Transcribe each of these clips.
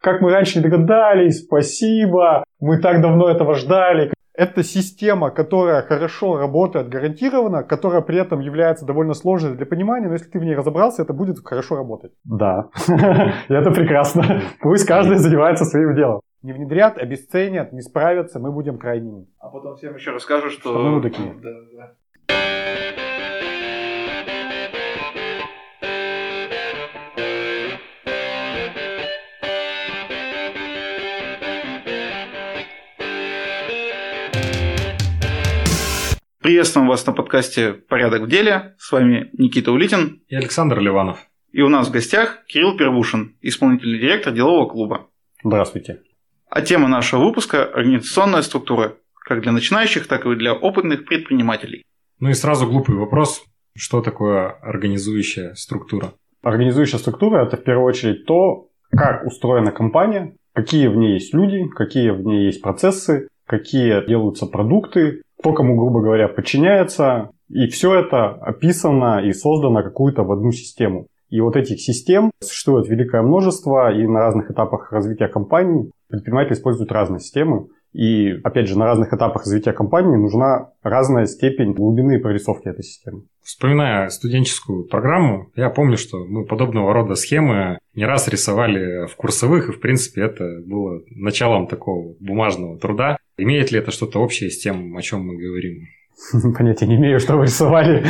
как мы раньше не догадались, спасибо, мы так давно этого ждали. Это система, которая хорошо работает, гарантированно, которая при этом является довольно сложной для понимания, но если ты в ней разобрался, это будет хорошо работать. Да, и это прекрасно. Пусть каждый занимается своим делом. Не внедрят, обесценят, не справятся, мы будем крайними. А потом всем еще расскажут, что мы мудаки. Да. Приветствуем вас на подкасте «Порядок в деле». С вами Никита Улитин и Александр Ливанов. И у нас в гостях Кирилл Первушин, исполнительный директор делового клуба. Здравствуйте. А тема нашего выпуска – организационная структура, как для начинающих, так и для опытных предпринимателей. Ну и сразу глупый вопрос. Что такое организующая структура? Организующая структура – это в первую очередь то, как устроена компания, какие в ней есть люди, какие в ней есть процессы, какие делаются продукты, кто кому, грубо говоря, подчиняется. И все это описано и создано какую-то в одну систему. И вот этих систем существует великое множество, и на разных этапах развития компании предприниматели используют разные системы. И, опять же, на разных этапах развития компании нужна разная степень глубины и прорисовки этой системы. Вспоминая студенческую программу, я помню, что мы подобного рода схемы не раз рисовали в курсовых, и, в принципе, это было началом такого бумажного труда. Имеет ли это что-то общее с тем, о чем мы говорим? Понятия не имею, что вы рисовали.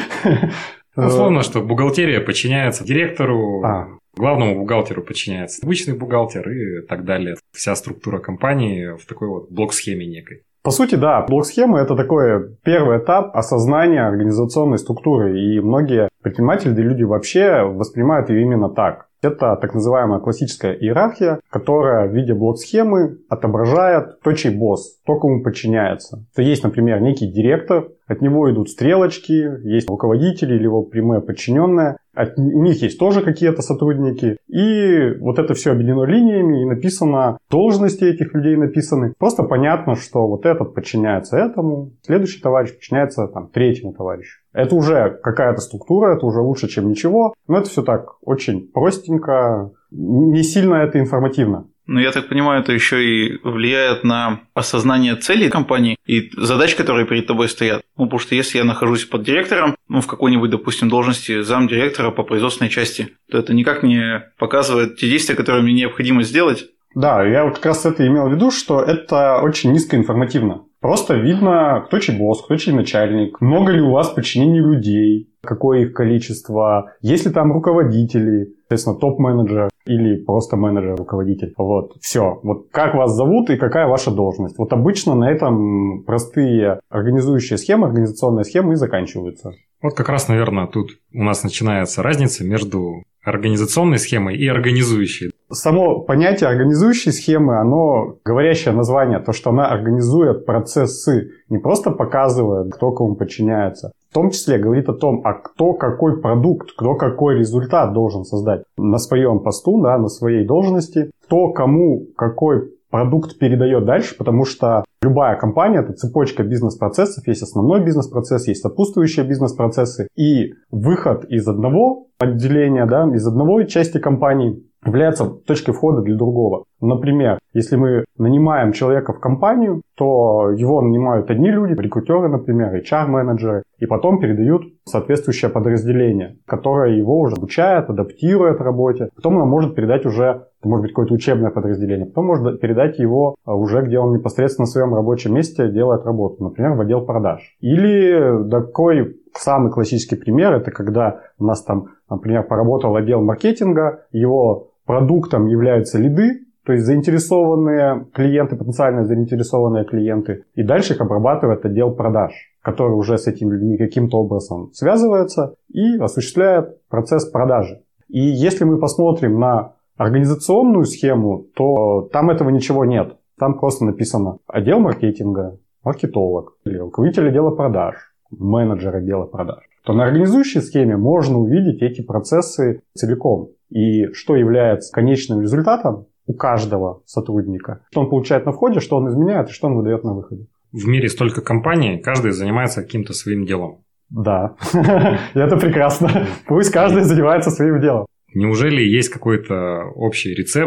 Условно, что бухгалтерия подчиняется директору, главному бухгалтеру подчиняется обычный бухгалтер и так далее. Вся структура компании в такой вот блок-схеме некой. По сути, да, блок-схема – это такой первый этап осознания организационной структуры. И многие предприниматели, да и люди вообще воспринимают ее именно так. Это так называемая классическая иерархия, которая в виде блок-схемы отображает, кто чей босс, кто кому подчиняется. То есть, например, некий директор, от него идут стрелочки, есть руководители или его прямые подчиненные, у них есть тоже какие-то сотрудники. И вот это все объединено линиями и написано, должности этих людей написаны. Просто понятно, что вот этот подчиняется этому, следующий товарищ подчиняется третьему товарищу. Это уже какая-то структура, это уже лучше, чем ничего. Но это все так очень простенько, не сильно это информативно. Но я так понимаю, это еще и влияет на осознание целей компании и задач, которые перед тобой стоят. Потому что если я нахожусь под директором, в какой-нибудь, допустим, должности замдиректора по производственной части, то это никак не показывает те действия, которые мне необходимо сделать. Да, я вот как раз это имел в виду, что это очень низкоинформативно. Просто видно, кто чей босс, кто чей начальник, много ли у вас подчинений людей, какое их количество, есть ли там руководители, соответственно, топ-менеджер или просто менеджер-руководитель. Вот, все. Вот как вас зовут и какая ваша должность. Вот обычно на этом простые организующие схемы, организационные схемы и заканчиваются. Вот как раз, наверное, тут у нас начинается разница между организационной схемой и организующей. Само понятие организующей схемы, оно говорящее название, то, что она организует процессы, не просто показывает, кто кому подчиняется. В том числе говорит о том, а кто какой продукт, кто какой результат должен создать на своем посту, да, на своей должности, кто кому какой продукт передает дальше, потому что любая компания – это цепочка бизнес-процессов, есть основной бизнес-процесс, есть сопутствующие бизнес-процессы, и выход из одного отделения, да, из одной части компании является точкой входа для другого. Например, если мы нанимаем человека в компанию, то его нанимают одни люди, рекрутеры, например, HR-менеджеры, и потом передают соответствующее подразделение, которое его уже обучает, адаптирует в работе. Потом оно может передать уже, может быть, какое-то учебное подразделение, потом может передать его уже, где он непосредственно на своем рабочем месте делает работу, например, в отдел продаж. Или такой самый классический пример, это когда у нас там, например, поработал отдел маркетинга, его продуктом являются лиды, то есть заинтересованные клиенты, потенциально заинтересованные клиенты. И дальше их обрабатывает отдел продаж, который уже с этими людьми каким-то образом связывается и осуществляет процесс продажи. И если мы посмотрим на организационную схему, то там этого ничего нет. Там просто написано отдел маркетинга, маркетолог, или руководитель отдела продаж, менеджер отдела продаж. То на организующей схеме можно увидеть эти процессы целиком. И что является конечным результатом у каждого сотрудника. Что он получает на входе, что он изменяет и что он выдает на выходе. В мире столько компаний, каждый занимается каким-то своим делом. Да, и это прекрасно. Пусть каждый занимается своим делом. Неужели есть какой-то общий рецепт,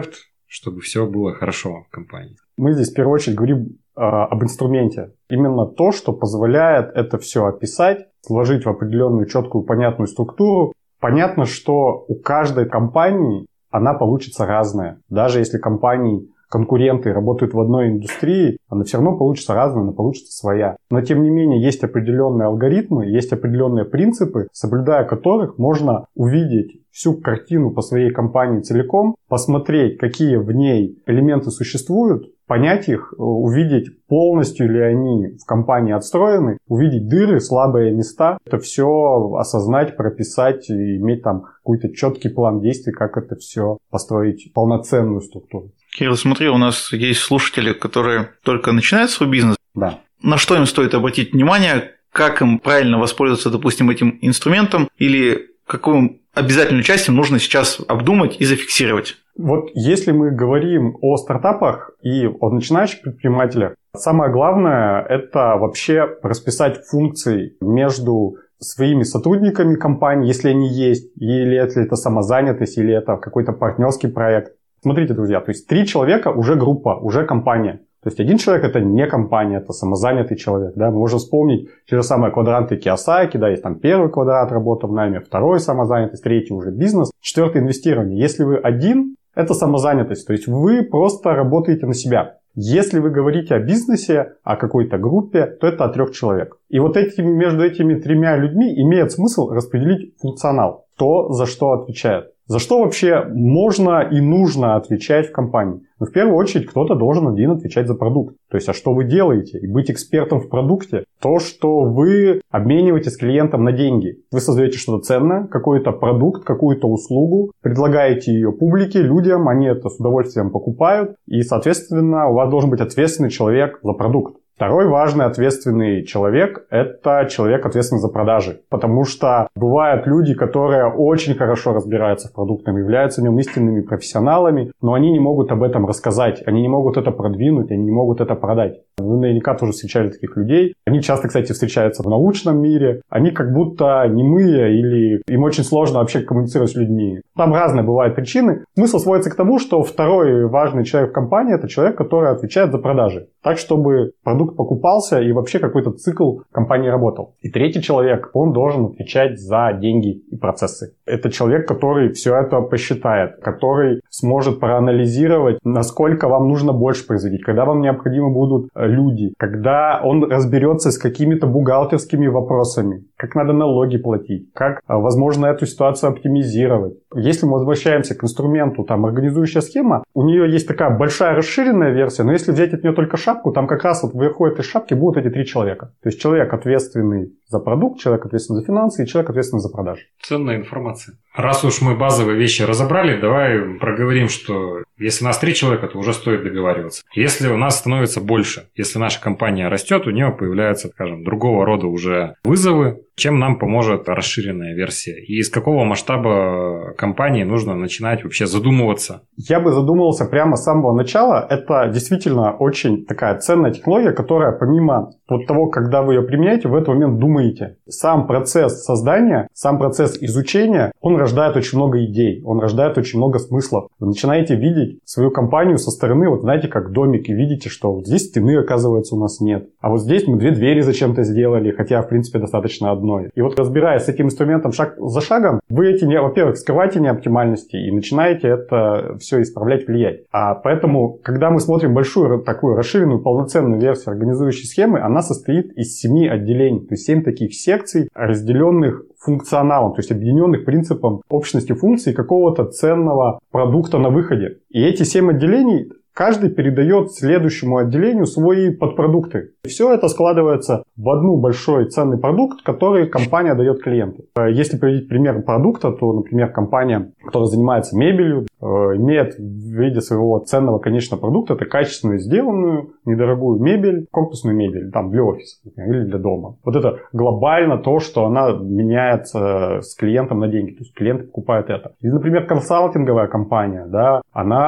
чтобы все было хорошо в компании? Мы здесь в первую очередь говорим об инструменте. Именно то, что позволяет это все описать, сложить в определенную четкую понятную структуру. Понятно, что у каждой компании она получится разная. Даже если компании конкуренты работают в одной индустрии, она все равно получится разная, она получится своя. Но тем не менее есть определенные алгоритмы, есть определенные принципы, соблюдая которых можно увидеть всю картину по своей компании целиком, посмотреть, какие в ней элементы существуют, понять их, увидеть, полностью ли они в компании отстроены, увидеть дыры, слабые места. Это все осознать, прописать и иметь там какой-то четкий план действий, как это все построить, полноценную структуру. Кирилл, смотри, у нас есть слушатели, которые только начинают свой бизнес. Да. На что им стоит обратить внимание, как им правильно воспользоваться, допустим, этим инструментом, или какую обязательную часть им нужно сейчас обдумать и зафиксировать? Вот если мы говорим о стартапах и о начинающих предпринимателях, самое главное – это вообще расписать функции между своими сотрудниками компании, если они есть, или если это самозанятость, или это какой-то партнерский проект. Смотрите, друзья, то есть 3 человека уже группа, уже компания. То есть 1 человек – это не компания, это самозанятый человек. Да? Мы можем вспомнить те же самые квадранты Кийосаки, да, есть там 1 квадрат работа в найме, 2 самозанятость, 3 уже бизнес, 4 инвестирование. Если вы один, это самозанятость, то есть вы просто работаете на себя. Если вы говорите о бизнесе, о какой-то группе, то это от 3 человек. И вот между этими 3 людьми имеет смысл распределить функционал, кто за что отвечает. За что вообще можно и нужно отвечать в компании? Ну, в первую очередь, кто-то должен один отвечать за продукт. То есть, а что вы делаете? И быть экспертом в продукте. То, что вы обмениваете с клиентом на деньги. Вы создаете что-то ценное, какой-то продукт, какую-то услугу, предлагаете ее публике, людям, они это с удовольствием покупают. И, соответственно, у вас должен быть ответственный человек за продукт. Второй важный ответственный человек – это человек, ответственный за продажи. Потому что бывают люди, которые очень хорошо разбираются в продукте, являются в нем истинными профессионалами, но они не могут об этом рассказать, они не могут это продвинуть, они не могут это продать. Вы наверняка тоже встречали таких людей. Они часто, кстати, встречаются в научном мире. Они как будто немые или им очень сложно вообще коммуницировать с людьми. Там разные бывают причины. Смысл сводится к тому, что второй важный человек в компании – это человек, который отвечает за продажи. Так, чтобы продукт покупался и вообще какой-то цикл компании работал. И 3 человек, он должен отвечать за деньги и процессы. Это человек, который все это посчитает, который сможет проанализировать, насколько вам нужно больше производить, когда вам необходимы будут люди, когда он разберется с какими-то бухгалтерскими вопросами, как надо налоги платить, как возможно эту ситуацию оптимизировать. Если мы возвращаемся к инструменту, там организующая схема, у нее есть такая большая расширенная версия, но если взять от нее только шапку, там как раз вот вверху этой шапки будут эти 3 человека. То есть человек, ответственный за продукт, человек, ответственный за финансы и человек, ответственный за продажи. Ценная информация. Раз уж мы базовые вещи разобрали, давай проговорим, что если у нас 3 человека, то уже стоит договариваться. Если у нас становится больше, если наша компания растет, у нее появляются, скажем, другого рода уже вызовы, чем нам поможет расширенная версия? И из какого масштаба компании нужно начинать вообще задумываться? Я бы задумывался прямо с самого начала. Это действительно очень такая ценная технология, которая помимо того, когда вы ее применяете, в этот момент думаете. Сам процесс создания, сам процесс изучения, он рождает очень много идей, он рождает очень много смыслов. Вы начинаете видеть свою компанию со стороны, вот знаете, как домик, и видите, что вот здесь стены, оказывается, у нас нет. А вот здесь мы 2 двери зачем-то сделали, хотя, в принципе, достаточно одной. И вот разбираясь с этим инструментом шаг за шагом, вы во-первых, скрываете неоптимальности и начинаете это все исправлять, влиять. А поэтому, когда мы смотрим большую такую расширенную, полноценную версию организующей схемы, она состоит из 7 отделений, то есть 7 таких секций, разделенных функционалом, то есть объединенных принципом общности функций какого-то ценного продукта на выходе. И эти 7 отделений каждый передает следующему отделению свои подпродукты. И все это складывается в один большой ценный продукт, который компания дает клиенту. Если приводить пример продукта, то, например, компания, которая занимается мебелью, имеет в виде своего ценного конечного продукта это качественно сделанную, недорогую мебель, корпусную мебель, там, для офиса, например, или для дома. Вот это глобально то, что она меняется с клиентом на деньги. То есть клиент покупает это. Или, например, консалтинговая компания, да, она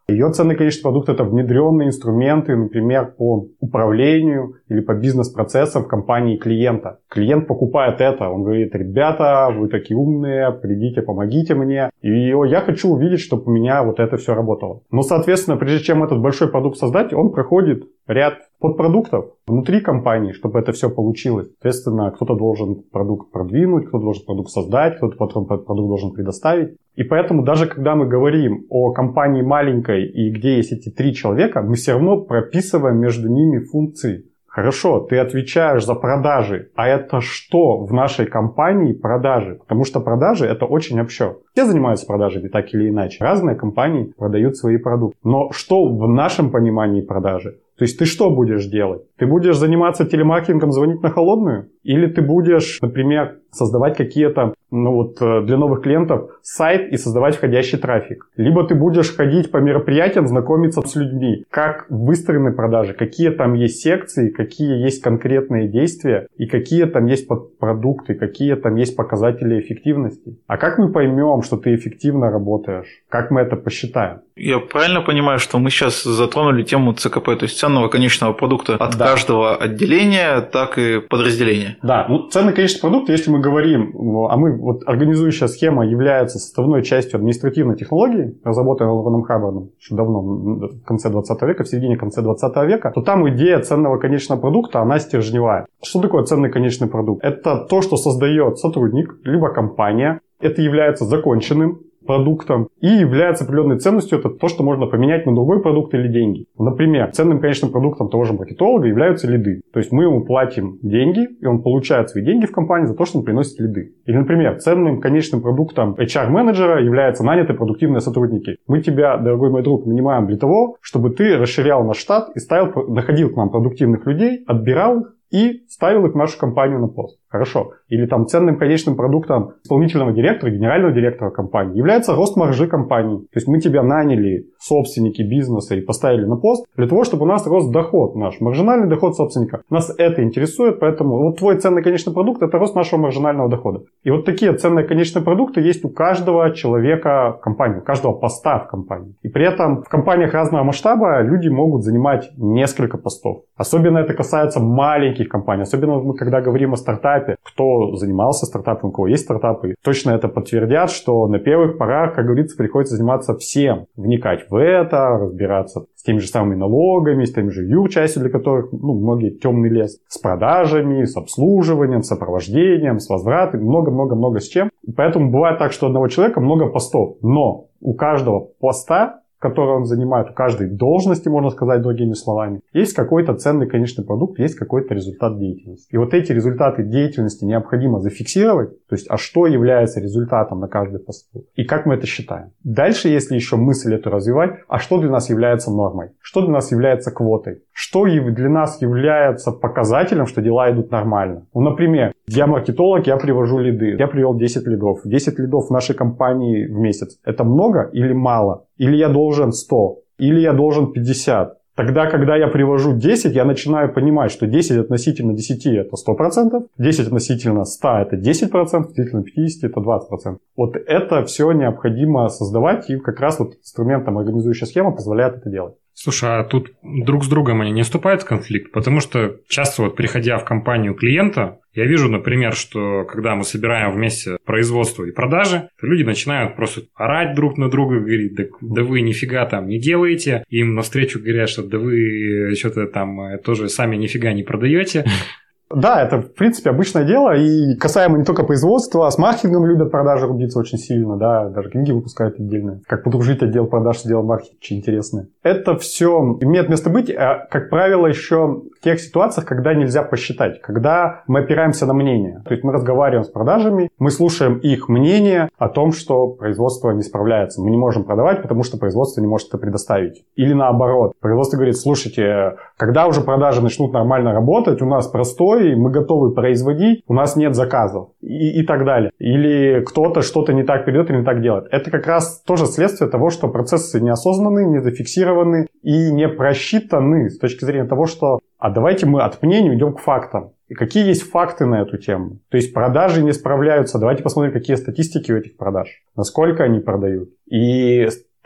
Ее ценный конечный продукт – это внедренные инструменты, например, по управлению или по бизнес-процессам в компании клиента. Клиент покупает это, он говорит: ребята, вы такие умные, придите, помогите мне. И я хочу увидеть, чтобы у меня вот это все работало. Но, соответственно, прежде чем этот большой продукт создать, он проходит ряд подпродуктов внутри компании, чтобы это все получилось. Соответственно, кто-то должен продукт продвинуть, кто-то должен продукт создать, кто-то потом продукт должен предоставить. И поэтому даже когда мы говорим о компании маленькой и где есть эти 3 человека, мы все равно прописываем между ними функции. Хорошо, ты отвечаешь за продажи, а это что в нашей компании продажи? Потому что продажи – это очень общо. Все занимаются продажами так или иначе. Разные компании продают свои продукты. Но что в нашем понимании продажи? То есть ты что будешь делать? Ты будешь заниматься телемаркетингом, звонить на холодную? Или ты будешь, например, создавать какие-то, для новых клиентов сайт и создавать входящий трафик? Либо ты будешь ходить по мероприятиям, знакомиться с людьми. Как выстроены продажи? Какие там есть секции? Какие есть конкретные действия? И какие там есть подпродукты? Какие там есть показатели эффективности? А как мы поймем, что ты эффективно работаешь? Как мы это посчитаем? Я правильно понимаю, что мы сейчас затронули тему ЦКП, то есть ценного конечного продукта от каждого отделения, так и подразделения? Да, ценный конечный продукт, если мы говорим, организующая схема является составной частью административной технологии, разработанной Логаном Хаббардом еще давно, в конце 20 века, в середине-конце 20 века, то там идея ценного конечного продукта, она стержневая. Что такое ценный конечный продукт? Это то, что создает сотрудник, либо компания. Это является законченным продуктом и является определенной ценностью. Это то, что можно поменять на другой продукт или деньги. Например, ценным конечным продуктом того же маркетолога являются лиды. То есть мы ему платим деньги, и он получает свои деньги в компании за то, что он приносит лиды. Или, например, ценным конечным продуктом HR-менеджера являются нанятые продуктивные сотрудники. Мы тебя, дорогой мой друг, нанимаем для того, чтобы ты расширял наш штат и находил к нам продуктивных людей, отбирал их и ставил их в нашу компанию на пост. Хорошо. Или там ценным конечным продуктом исполнительного директора, генерального директора компании является рост маржи компании. То есть мы тебя наняли, собственники бизнеса, и поставили на пост для того, чтобы у нас рос доход наш, маржинальный доход собственника. Нас это интересует, поэтому твой ценный конечный продукт – это рост нашего маржинального дохода. И такие ценные конечные продукты есть у каждого человека в компании, у каждого поста в компании. И при этом в компаниях разного масштаба люди могут занимать несколько постов. Особенно это касается маленьких компаний. Особенно мы, когда говорим о стартапе, кто занимался стартапом, у кого есть стартапы, точно это подтвердят, что на первых порах, как говорится, приходится заниматься всем. Вникать в это, разбираться с теми же самыми налогами, с теми же юрчастью, для которых многие темный лес, с продажами, с обслуживанием, с сопровождением, с возвратом, много-много-много с чем. И поэтому бывает так, что у одного человека много постов, но у каждого поста, который он занимает, у каждой должности, можно сказать другими словами, есть какой-то ценный конечный продукт, есть какой-то результат деятельности. И эти результаты деятельности необходимо зафиксировать, то есть, а что является результатом на каждой посту, и как мы это считаем. Дальше, если еще мысль эту развивать, а что для нас является нормой, что для нас является квотой, что для нас является показателем, что дела идут нормально. Например, я маркетолог, я привожу лиды, я привел 10 лидов. 10 лидов в нашей компании в месяц. Это много или мало? Или я должен 100? Или я должен 50? Тогда, когда я привожу 10, я начинаю понимать, что 10 относительно 10 это 100%, 10 относительно 100 это 10%, относительно 50 это 20%. Это все необходимо создавать, и как раз инструментом организующая схема позволяет это делать. Слушай, а тут друг с другом они не вступают в конфликт? Потому что часто приходя в компанию клиента, я вижу, например, что когда мы собираем вместе производство и продажи, то люди начинают просто орать друг на друга, говорить: да вы нифига там не делаете. Им навстречу говорят, что да вы что-то там тоже сами нифига не продаете. Да, это, в принципе, обычное дело, и касаемо не только производства, с маркетингом любят продажи рубиться очень сильно, да, даже книги выпускают отдельные. Как подружить отдел продаж с отделом маркетинга, очень интересные. Это все имеет место быть, как правило, еще в тех ситуациях, когда нельзя посчитать, когда мы опираемся на мнение. То есть мы разговариваем с продажами, мы слушаем их мнение о том, что производство не справляется. Мы не можем продавать, потому что производство не может это предоставить. Или наоборот, производство говорит: слушайте, когда уже продажи начнут нормально работать, у нас простой, мы готовы производить, у нас нет заказов и так далее. Или кто-то что-то не так передает или не так делает. Это как раз тоже следствие того, что процессы неосознанны, не зафиксированы и не просчитаны с точки зрения того, что давайте мы от мнений идем к фактам. И какие есть факты на эту тему? То есть продажи не справляются. Давайте посмотрим, какие статистики у этих продаж. Насколько они продают. И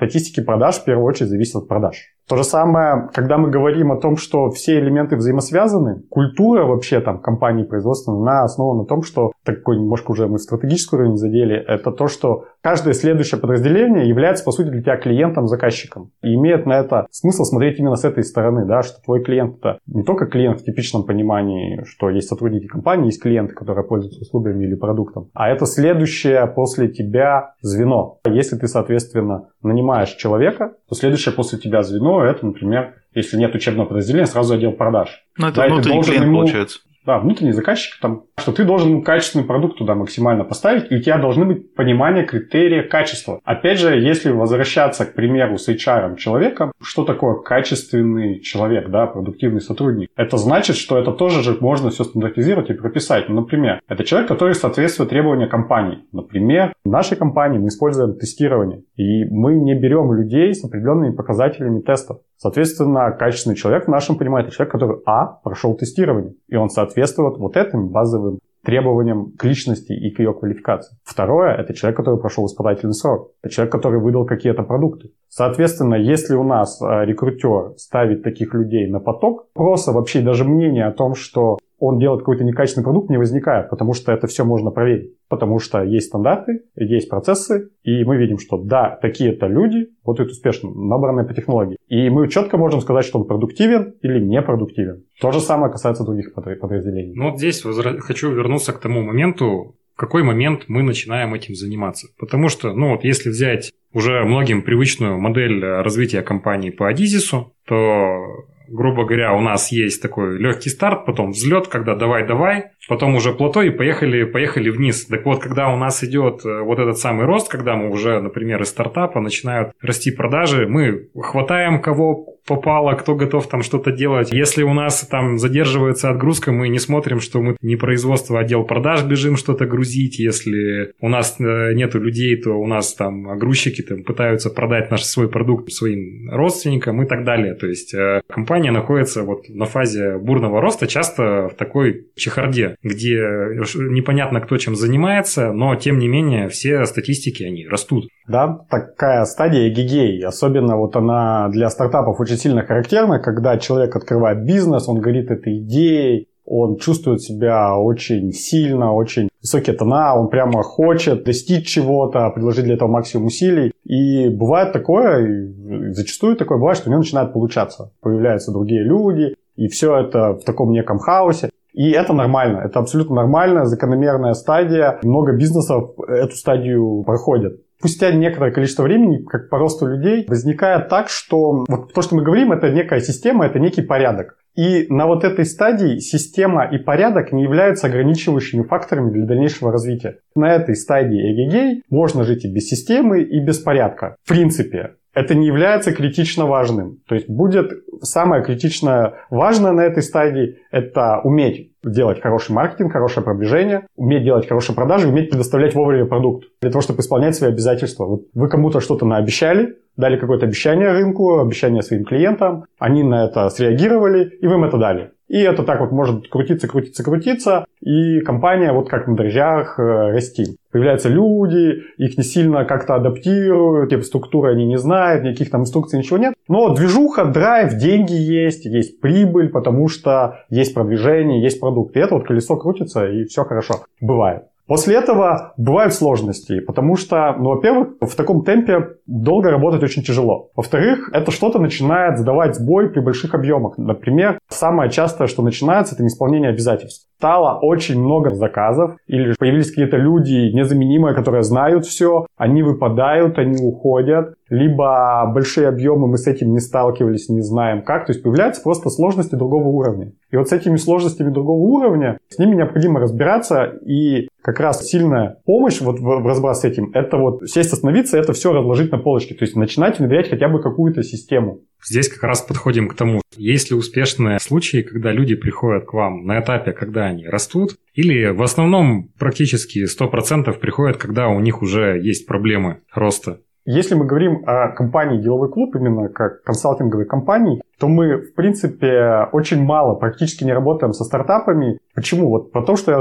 статистики продаж в первую очередь зависит от продаж. То же самое, когда мы говорим о том, что все элементы взаимосвязаны, культура вообще там компании производственной, она основана на том, что такой немножко уже мы стратегический уровень задели, это то, что каждое следующее подразделение является, по сути, для тебя клиентом-заказчиком. И имеет на это смысл смотреть именно с этой стороны, да, что твой клиент это не только клиент в типичном понимании, что есть сотрудники компании, есть клиенты, которые пользуются услугами или продуктом, а это следующее после тебя звено. Если ты, соответственно, нанимаешь человека, то следующее после тебя звено это, например, если нет учебного подразделения, сразу отдел продаж. Ну, это внутренний клиент, получается. Да, внутренний заказчик, там, что ты должен качественный продукт туда максимально поставить, и у тебя должны быть понимание критерия качества. Опять же, если возвращаться, к примеру, с HR человеком, что такое качественный человек, да, продуктивный сотрудник? Это значит, что это тоже же можно все стандартизировать и прописать. Ну, например, это человек, который соответствует требованиям компании. Например, в нашей компании мы используем тестирование, и мы не берем людей с определенными показателями тестов. Соответственно, качественный человек в нашем понимании это человек, который прошел тестирование, и он соответствует вот этим базовым требованиям к личности и к ее квалификации. Второе, это человек, который прошел испытательный срок. Это человек, который выдал какие-то продукты. Соответственно, если у нас рекрутер ставит таких людей на поток, просто вообще даже мнение о том, что он делает какой-то некачественный продукт, не возникает, потому что это все можно проверить. Потому что есть стандарты, есть процессы, и мы видим, что да, такие-то люди работают успешно, набранные по технологии. И мы четко можем сказать, что он продуктивен или не продуктивен. То же самое касается других подразделений. Ну вот здесь хочу вернуться к тому моменту, в какой момент мы начинаем этим заниматься. Потому что, ну вот если взять уже многим привычную модель развития компании по Адизису, то, грубо говоря, у нас есть такой легкий старт, потом взлет, когда давай, потом уже плато и поехали вниз. Так вот, когда у нас идет вот этот самый рост, когда мы уже, например, из стартапа начинают расти продажи, мы хватаем кого попало, кто готов там что-то делать. Если у нас там задерживается отгрузка, мы не смотрим, что мы не производство, а отдел продаж бежим что-то грузить. Если у нас нету людей, то у нас там грузчики там пытаются продать наш свой продукт своим родственникам и так далее. То есть компания находится вот на фазе бурного роста, часто в такой чехарде, где непонятно, кто чем занимается, но тем не менее все статистики, они растут. Да, такая стадия эгегей, особенно вот она для стартапов очень сильно характерна, когда человек открывает бизнес, он горит этой идеей, он чувствует себя очень сильно, очень высокие тона, он прямо хочет достичь чего-то, приложить для этого максимум усилий. И бывает такое, и зачастую такое бывает, что у него начинает получаться. Появляются другие люди, и все это в таком неком хаосе. И это нормально, это абсолютно нормальная, закономерная стадия. Много бизнесов эту стадию проходят. Спустя некоторое количество времени, как по росту людей, возникает так, что вот то, что мы говорим, это некая система, это некий порядок. И на вот этой стадии система и порядок не являются ограничивающими факторами для дальнейшего развития. На этой стадии эгегей можно жить и без системы, и без порядка. В принципе, это не является критично важным. То есть будет самое критично важное на этой стадии – это уметь делать хороший маркетинг, хорошее продвижение, уметь делать хорошие продажи, уметь предоставлять вовремя продукт для того, чтобы исполнять свои обязательства. Вот вы кому-то что-то наобещали, дали какое-то обещание рынку, обещание своим клиентам, они на это среагировали, и вы им это дали. И это так вот может крутиться, и компания вот как на дрожжах расти. Появляются люди, их не сильно как-то адаптируют, типа структуры они не знают, никаких там инструкций, ничего нет. Но движуха, драйв, деньги есть прибыль, потому что есть продвижение, есть продукт. И это вот колесо крутится, и все хорошо. Бывает. После этого бывают сложности, потому что, ну, во-первых, в таком темпе долго работать очень тяжело. Во-вторых, это что-то начинает сдавать сбой при больших объемах. Например, самое частое, что начинается, это неисполнение обязательств. Стало очень много заказов, или появились какие-то люди незаменимые, которые знают все, они выпадают, они уходят, либо большие объемы, мы с этим не сталкивались, не знаем как, то есть появляются просто сложности другого уровня. И вот с этими сложностями другого уровня, с ними необходимо разбираться, и как раз сильная помощь вот в разборе с этим, это вот сесть, остановиться, это все разложить на полочке, то есть начинать внедрять хотя бы какую-то систему. Здесь как раз подходим к тому, есть ли успешные случаи, когда люди приходят к вам на этапе, когда они растут, или в основном практически 100% приходят, когда у них уже есть проблемы роста? Если мы говорим о компании «Деловой клуб», именно как консалтинговой компании, то мы, в принципе, очень мало, практически не работаем со стартапами. Почему? Вот потому что я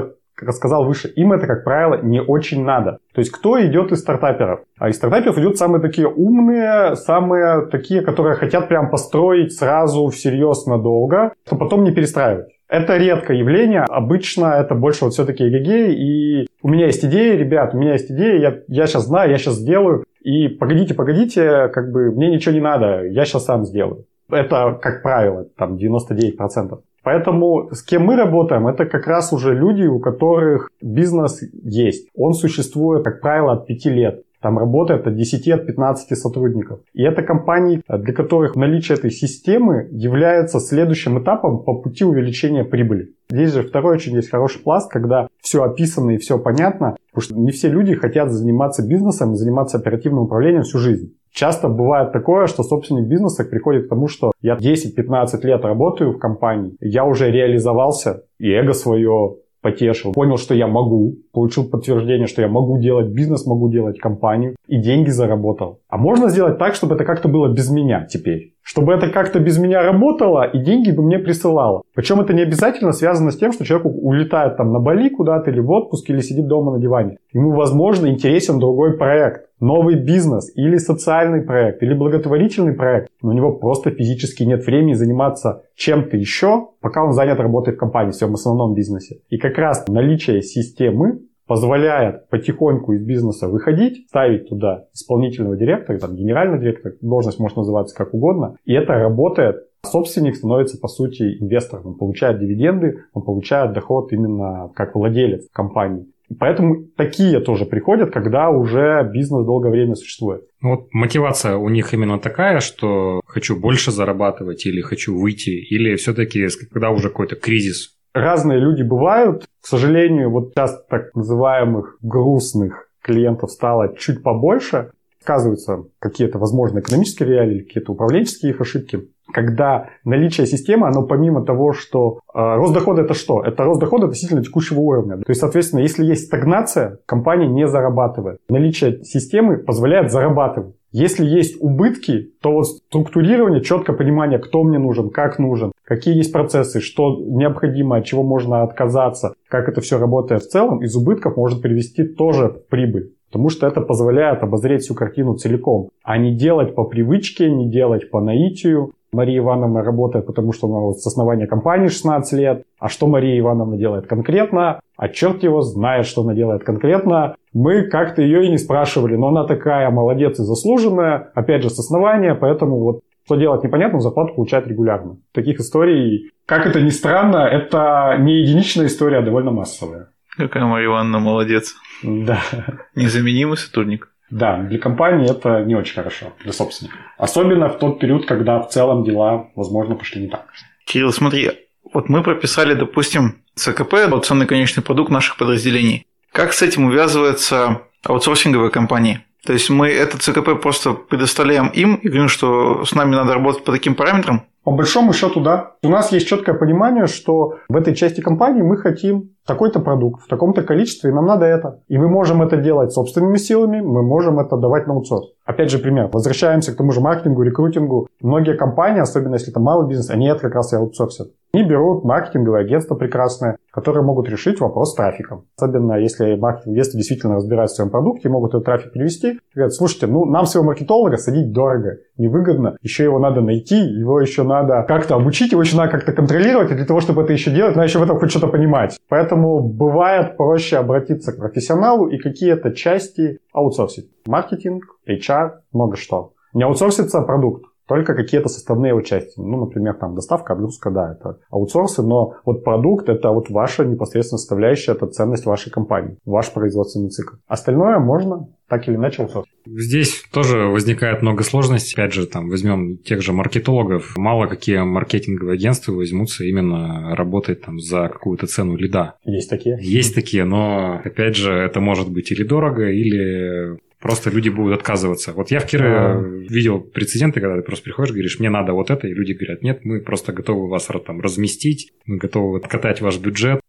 рассказал выше, им это, как правило, не очень надо. То есть кто идет из стартаперов? А из стартаперов идут самые такие умные, самые такие, которые хотят прям построить сразу всерьез надолго, чтобы потом не перестраивать. Это редкое явление. Обычно это больше вот все-таки эгегей. И у меня есть идея, ребят, у меня есть идея, я сейчас знаю, я сейчас сделаю. И погодите, как бы мне ничего не надо, я сейчас сам сделаю. Это, как правило, там 99%. Поэтому с кем мы работаем, это как раз уже люди, у которых бизнес есть. Он существует, как правило, от 5 лет. Там работает от 10, от 15 сотрудников. И это компании, для которых наличие этой системы является следующим этапом по пути увеличения прибыли. Здесь же второй очень есть хороший пласт, когда все описано и все понятно, потому что не все люди хотят заниматься бизнесом, заниматься оперативным управлением всю жизнь. Часто бывает такое, что собственник бизнеса приходит к тому, что я 10-15 лет работаю в компании, я уже реализовался, и эго свое потешил, понял, что я могу, получил подтверждение, что я могу делать бизнес, могу делать компанию, и деньги заработал. А можно сделать так, чтобы это как-то было без меня теперь. Чтобы это как-то без меня работало, и деньги бы мне присылало. Причем это не обязательно связано с тем, что человек улетает там на Бали куда-то, или в отпуск, или сидит дома на диване. Ему, возможно, интересен другой проект. Новый бизнес, или социальный проект, или благотворительный проект. Но у него просто физически нет времени заниматься чем-то еще, пока он занят работой в компании, в своем основном бизнесе. И как раз наличие системы позволяет потихоньку из бизнеса выходить, ставить туда исполнительного директора, там, генерального директора, должность может называться как угодно, и это работает. Собственник становится, по сути, инвестором. Он получает дивиденды, он получает доход именно как владелец компании. И поэтому такие тоже приходят, когда уже бизнес долгое время существует. Вот мотивация у них именно такая, что хочу больше зарабатывать или хочу выйти, или все-таки когда уже какой-то кризис? Разные люди бывают. К сожалению, вот сейчас так называемых грустных клиентов стало чуть побольше. Сказываются какие-то, возможно, экономические реалии, какие-то управленческие их ошибки. Когда наличие системы, оно помимо того, что рост дохода это что? Это рост дохода относительно текущего уровня. То есть, соответственно, если есть стагнация, компания не зарабатывает. Наличие системы позволяет зарабатывать. Если есть убытки, то вот структурирование, четкое понимание, кто мне нужен, как нужен, какие есть процессы, что необходимо, от чего можно отказаться, как это все работает в целом, из убытков может привести тоже в прибыль. Потому что это позволяет обозреть всю картину целиком, а не делать по привычке, не делать по наитию. Мария Ивановна работает, потому что она с основания компании 16 лет. А что Мария Ивановна делает конкретно? А черт его знает, что она делает конкретно. Мы как-то ее и не спрашивали, но она такая молодец и заслуженная, опять же, с основания, поэтому вот что делать непонятно, зарплату получает регулярно. Таких историй, как это ни странно, это не единичная история, а довольно массовая. Какая Мария Ивановна молодец. Да. Незаменимый сотрудник. Да, для компании это не очень хорошо, для собственника. Особенно в тот период, когда в целом дела, возможно, пошли не так. Кирилл, смотри, вот мы прописали, допустим, ЦКП, аукционный конечный продукт наших подразделений. Как с этим увязывается аутсорсинговая компания? То есть мы этот ЦКП просто предоставляем им и говорим, что с нами надо работать по таким параметрам? По большому счету, да. У нас есть четкое понимание, что в этой части компании мы хотим такой-то продукт в таком-то количестве, и нам надо это. И мы можем это делать собственными силами, мы можем это давать на аутсорс. Опять же пример. Возвращаемся к тому же маркетингу, рекрутингу. Многие компании, особенно если это малый бизнес, они это как раз и аутсорсят. Они берут маркетинговое агентство прекрасное, которые могут решить вопрос с трафиком. Особенно если маркетинг-агентство действительно разбирается в своем продукте и могут этот трафик привести. Говорят, слушайте, нам своего маркетолога садить дорого, невыгодно. Еще его надо найти, его еще надо как-то обучить, его еще надо как-то контролировать. И для того, чтобы это еще делать, надо еще в этом хоть что-то понимать. Поэтому бывает проще обратиться к профессионалу и какие-то части аутсорсить. Маркетинг, HR, много что. Не аутсорсится продукт, только какие-то составные его части. Например, там доставка, отгрузка, да, это аутсорсы, но вот продукт это вот ваша непосредственно составляющая, это ценность вашей компании, ваш производственный цикл. Остальное можно так или иначе аутсорсить. Здесь тоже возникает много сложностей. Опять же, возьмем тех же маркетологов. Мало какие маркетинговые агентства возьмутся именно работать за какую-то цену лида. Есть такие. Есть такие, но опять же, это может быть или дорого, или просто люди будут отказываться. Вот я в Кирове видел прецеденты, когда ты просто приходишь, говоришь, мне надо вот это, и люди говорят, нет, мы просто готовы вас разместить, мы готовы откатать ваш бюджет.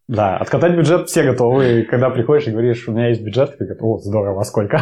Да, откатать бюджет все готовы. Когда приходишь и говоришь, у меня есть бюджет, ты говоришь, о, здорово, а сколько?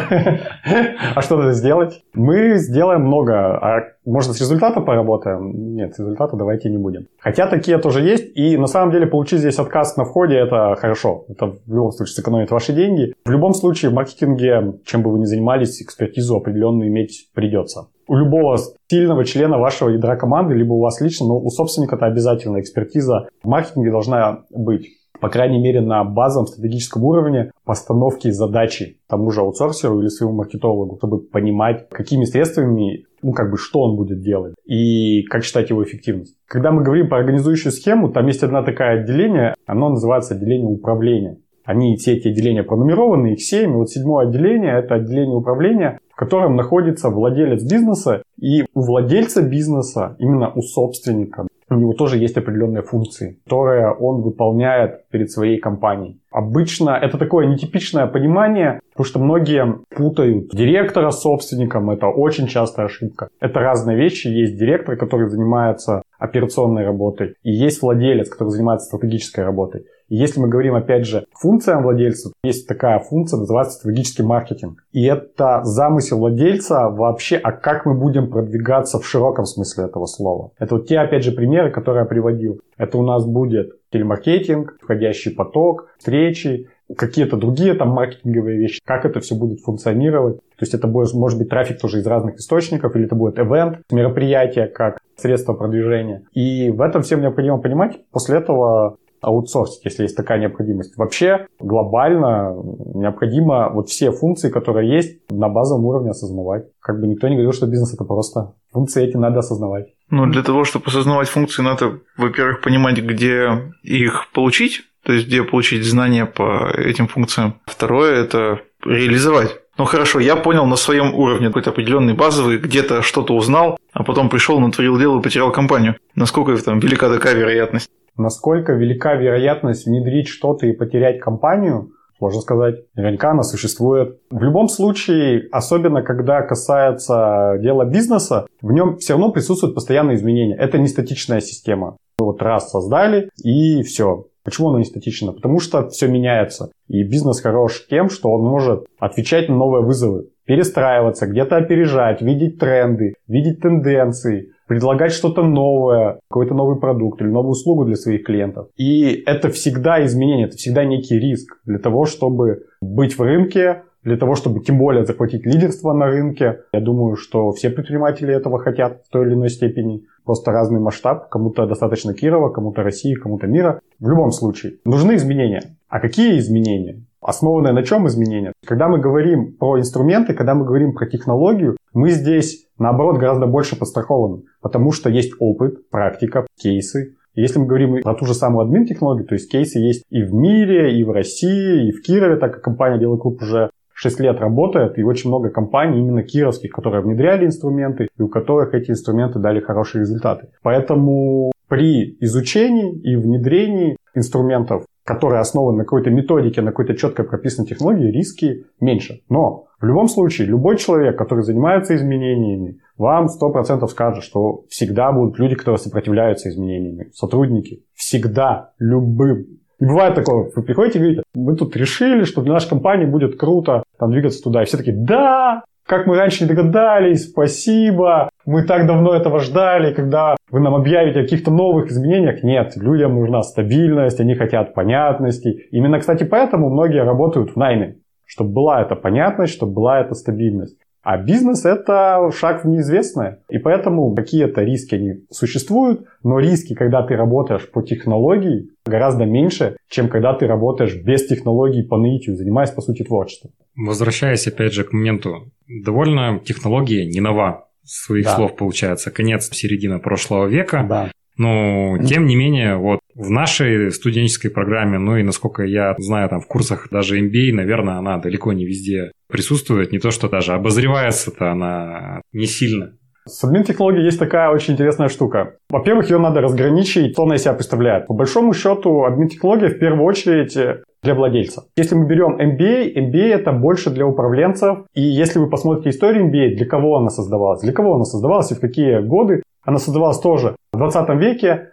А что надо сделать? Мы сделаем много. А может, с результата поработаем? Нет, с результата давайте не будем. Хотя такие тоже есть. И на самом деле получить здесь отказ на входе – это хорошо. Это в любом случае сэкономит ваши деньги. В любом случае в маркетинге, чем бы вы ни занимались, экспертизу определенную иметь придется. У любого сильного члена вашего ядра команды, либо у вас лично, но у собственника это обязательно экспертиза в маркетинге должна быть. По крайней мере, на базовом стратегическом уровне постановки задачи тому же аутсорсеру или своему маркетологу, чтобы понимать, какими средствами, что он будет делать и как считать его эффективность. Когда мы говорим про организующую схему, там есть одно такое отделение, оно называется отделение управления. Они все эти отделения пронумерованы, их 7. И вот 7-е отделение – это отделение управления, в котором находится владелец бизнеса. И у владельца бизнеса, именно у собственника, у него тоже есть определенные функции, которые он выполняет перед своей компанией. Обычно это такое нетипичное понимание, потому что многие путают директора с собственником. Это очень частая ошибка. Это разные вещи. Есть директор, который занимается операционной работой, и есть владелец, который занимается стратегической работой. И если мы говорим, опять же, функциям владельца, есть такая функция, называется стратегический маркетинг. И это замысел владельца вообще, а как мы будем продвигаться в широком смысле этого слова. Это вот те, опять же, примеры, которые я приводил. Это у нас будет телемаркетинг, входящий поток, встречи, какие-то другие там маркетинговые вещи, как это все будет функционировать. То есть это будет, может быть, трафик тоже из разных источников, или это будет ивент, мероприятие как средство продвижения. И в этом всем необходимо понимать. После этого аутсорсить, если есть такая необходимость. Вообще глобально необходимо вот все функции, которые есть, на базовом уровне осознавать. Как бы никто не говорил, что бизнес это просто. Функции эти надо осознавать. Ну, для того, чтобы осознавать функции, надо, во-первых, понимать, где их получить, то есть где получить знания по этим функциям. Второе – это реализовать. Ну хорошо, я понял на своем уровне какой-то определенный базовый, где-то что-то узнал, а потом пришел, натворил дело и потерял компанию. Насколько там велика такая вероятность? Насколько велика вероятность внедрить что-то и потерять компанию, сложно сказать. Наверняка она существует. В любом случае, особенно когда касается дела бизнеса, в нем все равно присутствуют постоянные изменения. Это не статичная система. Вы вот раз создали и все. Почему оно не статично? Потому что все меняется. И бизнес хорош тем, что он может отвечать на новые вызовы, перестраиваться, где-то опережать, видеть тренды, видеть тенденции, предлагать что-то новое, какой-то новый продукт или новую услугу для своих клиентов. И это всегда изменение, это всегда некий риск для того, чтобы быть в рынке, для того, чтобы тем более захватить лидерство на рынке. Я думаю, что все предприниматели этого хотят в той или иной степени. Просто разный масштаб. Кому-то достаточно Кирова, кому-то России, кому-то мира. В любом случае, нужны изменения. А какие изменения? Основанные на чем изменения? Когда мы говорим про инструменты, когда мы говорим про технологию, мы здесь, наоборот, гораздо больше подстрахованы. Потому что есть опыт, практика, кейсы. И если мы говорим про ту же самую админ-технологию, то есть кейсы есть и в мире, и в России, и в Кирове, так как компания Дело Клуб уже 6 лет работает, и очень много компаний, именно кировских, которые внедряли инструменты, и у которых эти инструменты дали хорошие результаты. Поэтому при изучении и внедрении инструментов, которые основаны на какой-то методике, на какой-то четко прописанной технологии, риски меньше. Но в любом случае, любой человек, который занимается изменениями, вам 100% скажет, что всегда будут люди, которые сопротивляются изменениями. Сотрудники. Всегда. Любым. И бывает такое, вы приходите и говорите, мы тут решили, что для нашей компании будет круто там двигаться туда. И все такие, да, как мы раньше не догадались, спасибо, мы так давно этого ждали, когда вы нам объявите о каких-то новых изменениях. Нет, людям нужна стабильность, они хотят понятности. Именно, кстати, поэтому многие работают в найме, чтобы была эта понятность, чтобы была эта стабильность. А бизнес – это шаг в неизвестное. И поэтому какие-то риски они существуют, но риски, когда ты работаешь по технологии, гораздо меньше, чем когда ты работаешь без технологий по наитию, занимаясь, по сути, творчеством. Возвращаясь опять же к моменту, довольно технология не нова, с своих слов получается, конец, середина прошлого века. Да. Но, тем не менее, вот в нашей студенческой программе, ну и, насколько я знаю, там в курсах даже MBA, наверное, она далеко не везде присутствует. Не то, что даже обозревается-то она не сильно. С админ-технологией есть такая очень интересная штука. Во-первых, ее надо разграничить, что она из себя представляет. По большому счету, админ-технология в первую очередь для владельца. Если мы берем MBA это больше для управленцев. И если вы посмотрите историю MBA, для кого она создавалась? Для кого она создавалась и в какие годы? Она создавалась тоже в 20 веке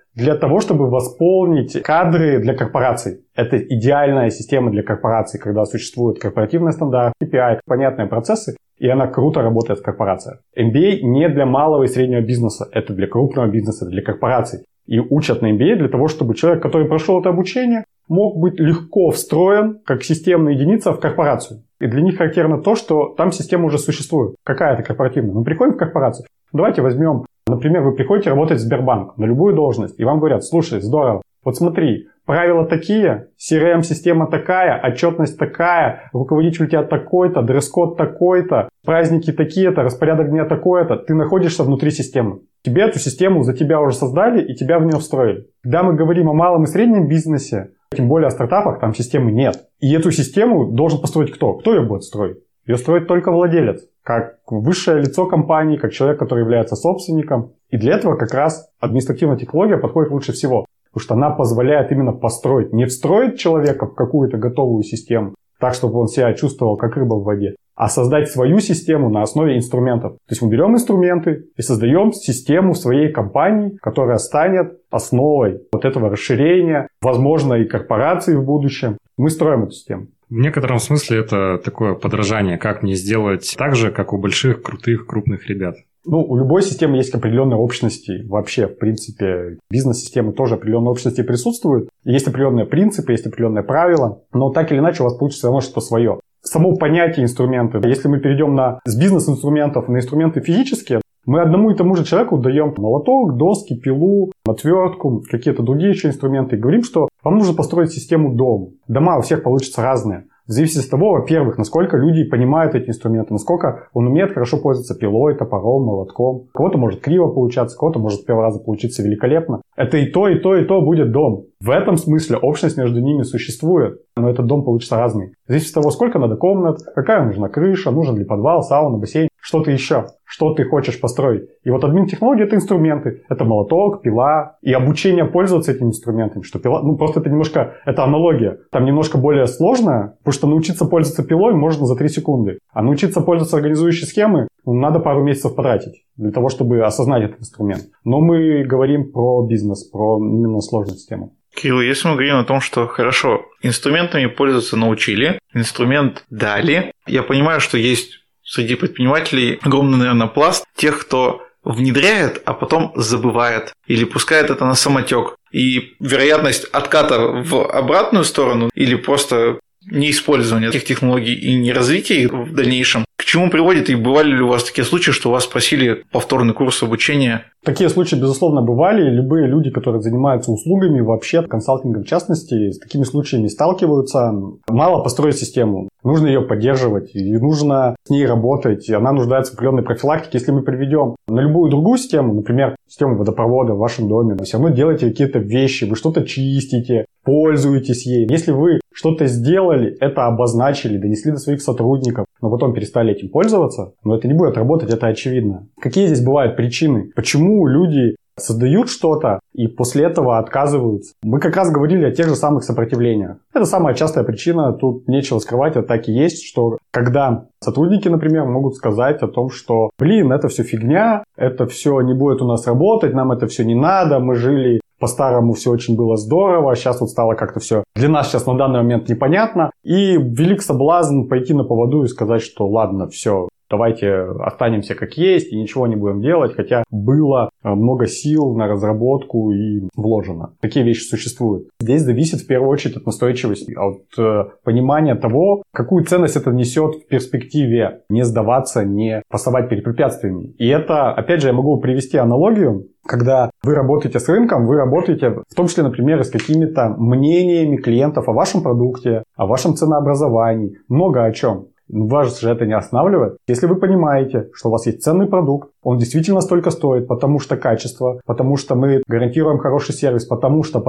для того, чтобы восполнить кадры для корпораций. Это идеальная система для корпораций, когда существует корпоративный стандарт, KPI, понятные процессы, и она круто работает в корпорациях. MBA не для малого и среднего бизнеса, это для крупного бизнеса, для корпораций. И учат на MBA для того, чтобы человек, который прошел это обучение, мог быть легко встроен как системная единица в корпорацию. И для них характерно то, что там система уже существует. Какая-то корпоративная. Мы приходим в корпорацию. Давайте возьмем, например, вы приходите работать в Сбербанк на любую должность, и вам говорят: слушай, здорово, вот смотри, правила такие, CRM-система такая, отчетность такая, руководитель у тебя такой-то, дресс-код такой-то, праздники такие-то, распорядок дня такой-то. Ты находишься внутри системы. Тебе эту систему за тебя уже создали и тебя в нее встроили. Когда мы говорим о малом и среднем бизнесе, тем более о стартапах, там системы нет. И эту систему должен построить кто? Кто ее будет строить? Ее строит только владелец, как высшее лицо компании, как человек, который является собственником. И для этого как раз административная технология подходит лучше всего. Потому что она позволяет именно построить, не встроить человека в какую-то готовую систему, так, чтобы он себя чувствовал как рыба в воде, а создать свою систему на основе инструментов. То есть мы берем инструменты и создаем систему в своей компании, которая станет основой вот этого расширения, возможно, и корпорации в будущем. Мы строим эту систему. В некотором смысле это такое подражание, как мне сделать так же, как у больших, крутых, крупных ребят. У любой системы есть определенные общности. Вообще, в принципе, бизнес-системы тоже определенные общности присутствуют. Есть определенные принципы, есть определенные правила. Но так или иначе у вас получится все равно что-то свое. Само понятие инструмента. Если мы перейдем с бизнес-инструментов на инструменты физические, мы одному и тому же человеку даем молоток, доски, пилу, отвертку, какие-то другие еще инструменты. И говорим, что вам нужно построить систему дома. Дома у всех получатся разные. В зависимости от того, во-первых, насколько люди понимают эти инструменты, насколько он умеет хорошо пользоваться пилой, топором, молотком. У кого-то может криво получаться, у кого-то может с первого раза получиться великолепно. Это и то, и то, и то будет дом. В этом смысле общность между ними существует, но этот дом получится разный. В зависимости от того, сколько надо комнат, какая нужна крыша, нужен ли подвал, сауна, бассейн, что-то еще, что ты хочешь построить. И вот админ-технологии — это инструменты, это молоток, пила и обучение пользоваться этими инструментами. Что пила, просто это немножко, это аналогия. Там немножко более сложно, потому что научиться пользоваться пилой можно за 3 секунды, а научиться пользоваться организующей схемой надо пару месяцев потратить для того, чтобы осознать этот инструмент. Но мы говорим про бизнес, про именно сложную систему. Кирилл, если мы говорим о том, что хорошо, инструментами пользоваться научили, инструмент дали, я понимаю, что есть среди предпринимателей огромный, наверное, пласт тех, кто внедряет, а потом забывает или пускает это на самотек. И вероятность отката в обратную сторону или просто неиспользования этих технологий и неразвития их в дальнейшем, к чему приводит? И бывали ли у вас такие случаи, что вас просили повторный курс обучения? Такие случаи, безусловно, бывали. Любые люди, которые занимаются услугами, вообще консалтингом в частности, с такими случаями сталкиваются. Мало построить систему. Нужно ее поддерживать, и нужно с ней работать. И она нуждается в определенной профилактике. Если мы приведем на любую другую систему, например, систему водопровода в вашем доме, вы все равно делаете какие-то вещи, вы что-то чистите, пользуетесь ей. Если вы что-то сделали, это обозначили, донесли до своих сотрудников, но потом перестали этим пользоваться, но это не будет работать, это очевидно. Какие здесь бывают причины? Почему люди создают что-то и после этого отказываются? Мы как раз говорили о тех же самых сопротивлениях. Это самая частая причина, тут нечего скрывать, это так и есть, что когда сотрудники, например, могут сказать о том, что это все фигня, это все не будет у нас работать, нам это все не надо, мы жили по-старому, все очень было здорово, сейчас вот стало как-то все для нас сейчас на данный момент непонятно. И велик соблазн пойти на поводу и сказать, что ладно, все, давайте останемся как есть и ничего не будем делать, хотя было много сил на разработку и вложено. Такие вещи существуют. Здесь зависит в первую очередь от настойчивости, от понимания того, какую ценность это несет в перспективе. Не сдаваться, не пасовать перед препятствиями. И это, опять же, я могу привести аналогию. Когда вы работаете с рынком, вы работаете в том числе, например, с какими-то мнениями клиентов о вашем продукте, о вашем ценообразовании, много о чем. Вас же это не останавливает. Если вы понимаете, что у вас есть ценный продукт, он действительно столько стоит, потому что качество, потому что мы гарантируем хороший сервис, потому что,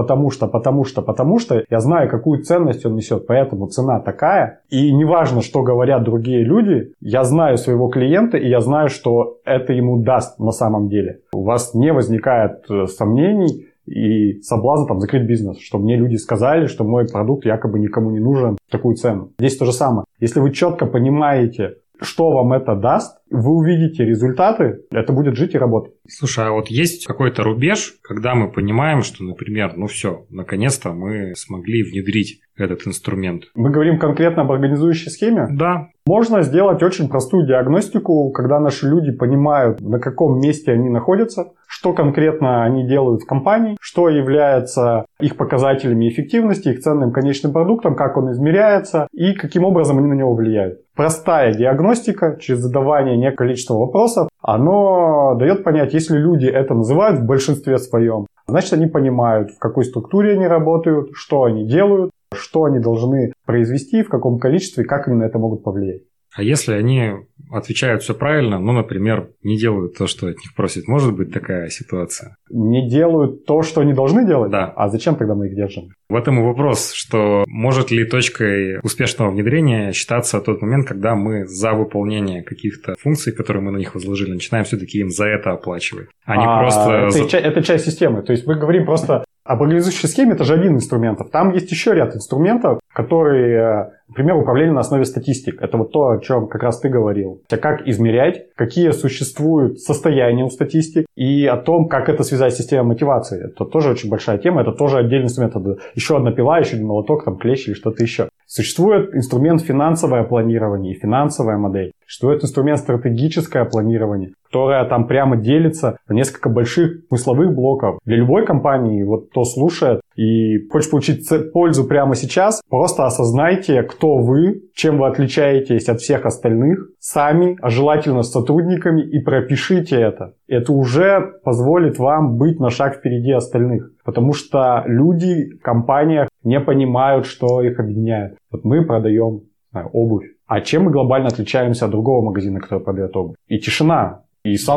я знаю, какую ценность он несет, поэтому цена такая. И неважно, что говорят другие люди, я знаю своего клиента, и я знаю, что это ему даст на самом деле. У вас не возникает сомнений и соблазн закрыть бизнес, что мне люди сказали, что мой продукт якобы никому не нужен в такую цену. Здесь то же самое. Если вы четко понимаете, что вам это даст, вы увидите результаты, это будет жить и работать. Слушай, а вот есть какой-то рубеж, когда мы понимаем, что, например, все, наконец-то мы смогли внедрить этот инструмент? Мы говорим конкретно об организующей схеме? Да. Можно сделать очень простую диагностику, когда наши люди понимают, на каком месте они находятся, что конкретно они делают в компании, что является их показателями эффективности, их ценным конечным продуктом, как он измеряется и каким образом они на него влияют. Простая диагностика через задавание некого количества вопросов, оно дает понять, если люди это называют в большинстве своем, значит они понимают, в какой структуре они работают, что они делают, что они должны произвести, в каком количестве, как они на это могут повлиять. А если они отвечают все правильно, например, не делают то, что от них просят, может быть такая ситуация? Не делают то, что они должны делать? Да. А зачем тогда мы их держим? В этом и вопрос, что может ли точкой успешного внедрения считаться тот момент, когда мы за выполнение каких-то функций, которые мы на них возложили, начинаем все-таки им за это оплачивать, а не просто... Это часть системы. То есть мы говорим просто об организующей схеме, это же один из инструментов. Там есть еще ряд инструментов, которые, например, управление на основе статистик. Это вот то, о чем как раз ты говорил. Как измерять, какие существуют состояния у статистик и о том, как это связать с системой мотивации. Это тоже очень большая тема, это тоже отдельный инструмент. Это еще одна пила, еще один молоток, клещ или что-то еще. Существует инструмент финансовое планирование и финансовая модель. Существует инструмент стратегическое планирование, которое там прямо делится на несколько больших смысловых блоков. Для любой компании, вот кто слушает и хочет получить пользу прямо сейчас, просто осознайте, кто вы, чем вы отличаетесь от всех остальных, сами, а желательно с сотрудниками, и пропишите это. Это уже позволит вам быть на шаг впереди остальных. Потому что люди в компаниях не понимают, что их объединяет. Вот мы продаем обувь. А чем мы глобально отличаемся от другого магазина, который продает обувь? И тишина. И сам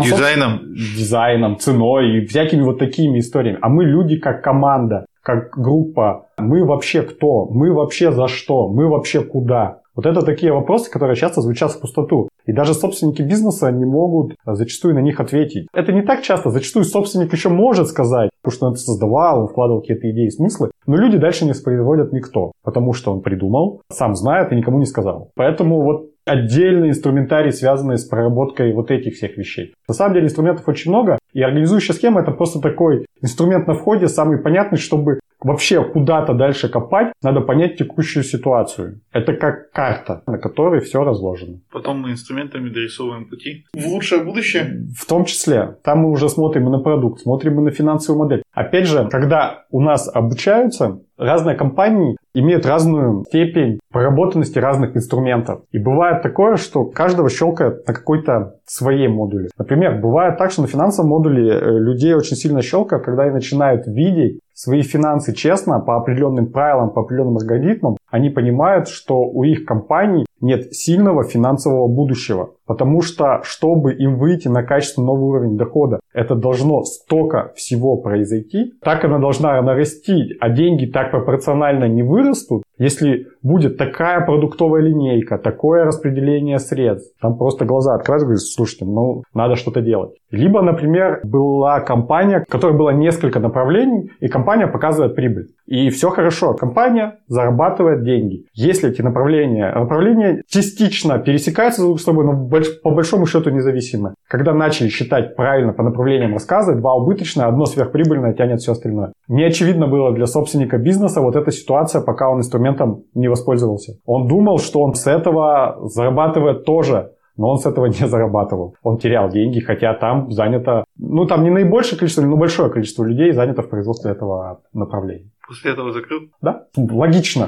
дизайном, ценой и всякими вот такими историями. А мы люди как команда, как группа. Мы вообще кто? Мы вообще за что? Мы вообще куда? Вот это такие вопросы, которые часто звучат в пустоту. И даже собственники бизнеса не могут зачастую на них ответить. Это не так часто. Зачастую собственник еще может сказать, потому что он это создавал, он вкладывал какие-то идеи и смыслы. Но люди дальше не воспроизводят никто. Потому что он придумал, сам знает и никому не сказал. Поэтому вот отдельный инструментарий, связанный с проработкой вот этих всех вещей. На самом деле инструментов очень много. И организующая схема — это просто такой инструмент на входе, самый понятный, чтобы вообще куда-то дальше копать, надо понять текущую ситуацию. Это как карта, на которой все разложено. Потом мы инструментами дорисовываем пути в лучшее будущее. В том числе. Там мы уже смотрим и на продукт, смотрим и на финансовую модель. Опять же, когда у нас обучаются, разные компании имеют разную степень проработанности разных инструментов. И бывает такое, что каждого щелкает на какой-то своей модуле. Например, бывает так, что на финансовом модуле людей очень сильно щелкает, когда они начинают видеть свои финансы честно, по определенным правилам, по определенным алгоритмам, они понимают, что у их компаний нет сильного финансового будущего. Потому что, чтобы им выйти на качественно новый уровень дохода, это должно столько всего произойти, так она должна нарасти, а деньги так пропорционально не вырастут, если будет такая продуктовая линейка, такое распределение средств. Там просто глаза открываются и говорят: слушайте, надо что-то делать. Либо, например, была компания, у которой было несколько направлений, и компания показывает прибыль. И все хорошо, компания зарабатывает деньги. Если эти направления частично пересекаются друг с собой, но по большому счету независимы. Когда начали считать правильно по направлениям рассказа, 2 убыточные, 1 сверхприбыльное тянет все остальное. Не очевидно было для собственника бизнеса вот эта ситуация, пока он инструментом не воспользовался. Он думал, что он с этого зарабатывает тоже, но он с этого не зарабатывал. Он терял деньги, хотя там занято, там не наибольшее количество, но большое количество людей занято в производстве этого направления. После этого закрыл? Да, логично.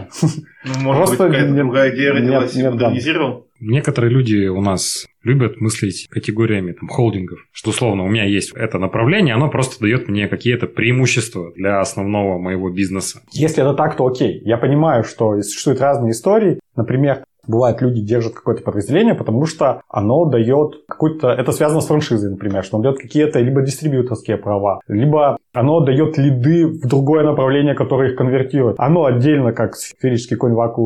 Может быть, какая-то другая идея родилась и модернизировал? Некоторые люди у нас любят мыслить категориями холдингов, что условно у меня есть это направление, оно просто дает мне какие-то преимущества для основного моего бизнеса. Если это так, то окей. Я понимаю, что существуют разные истории. Например, бывает, люди держат какое-то подразделение, потому что оно дает какой-то... Это связано с франшизой, например, что он дает какие-то либо дистрибьюторские права, либо оно дает лиды в другое направление, которое их конвертирует. Оно отдельно, как сферический конь в вакууме,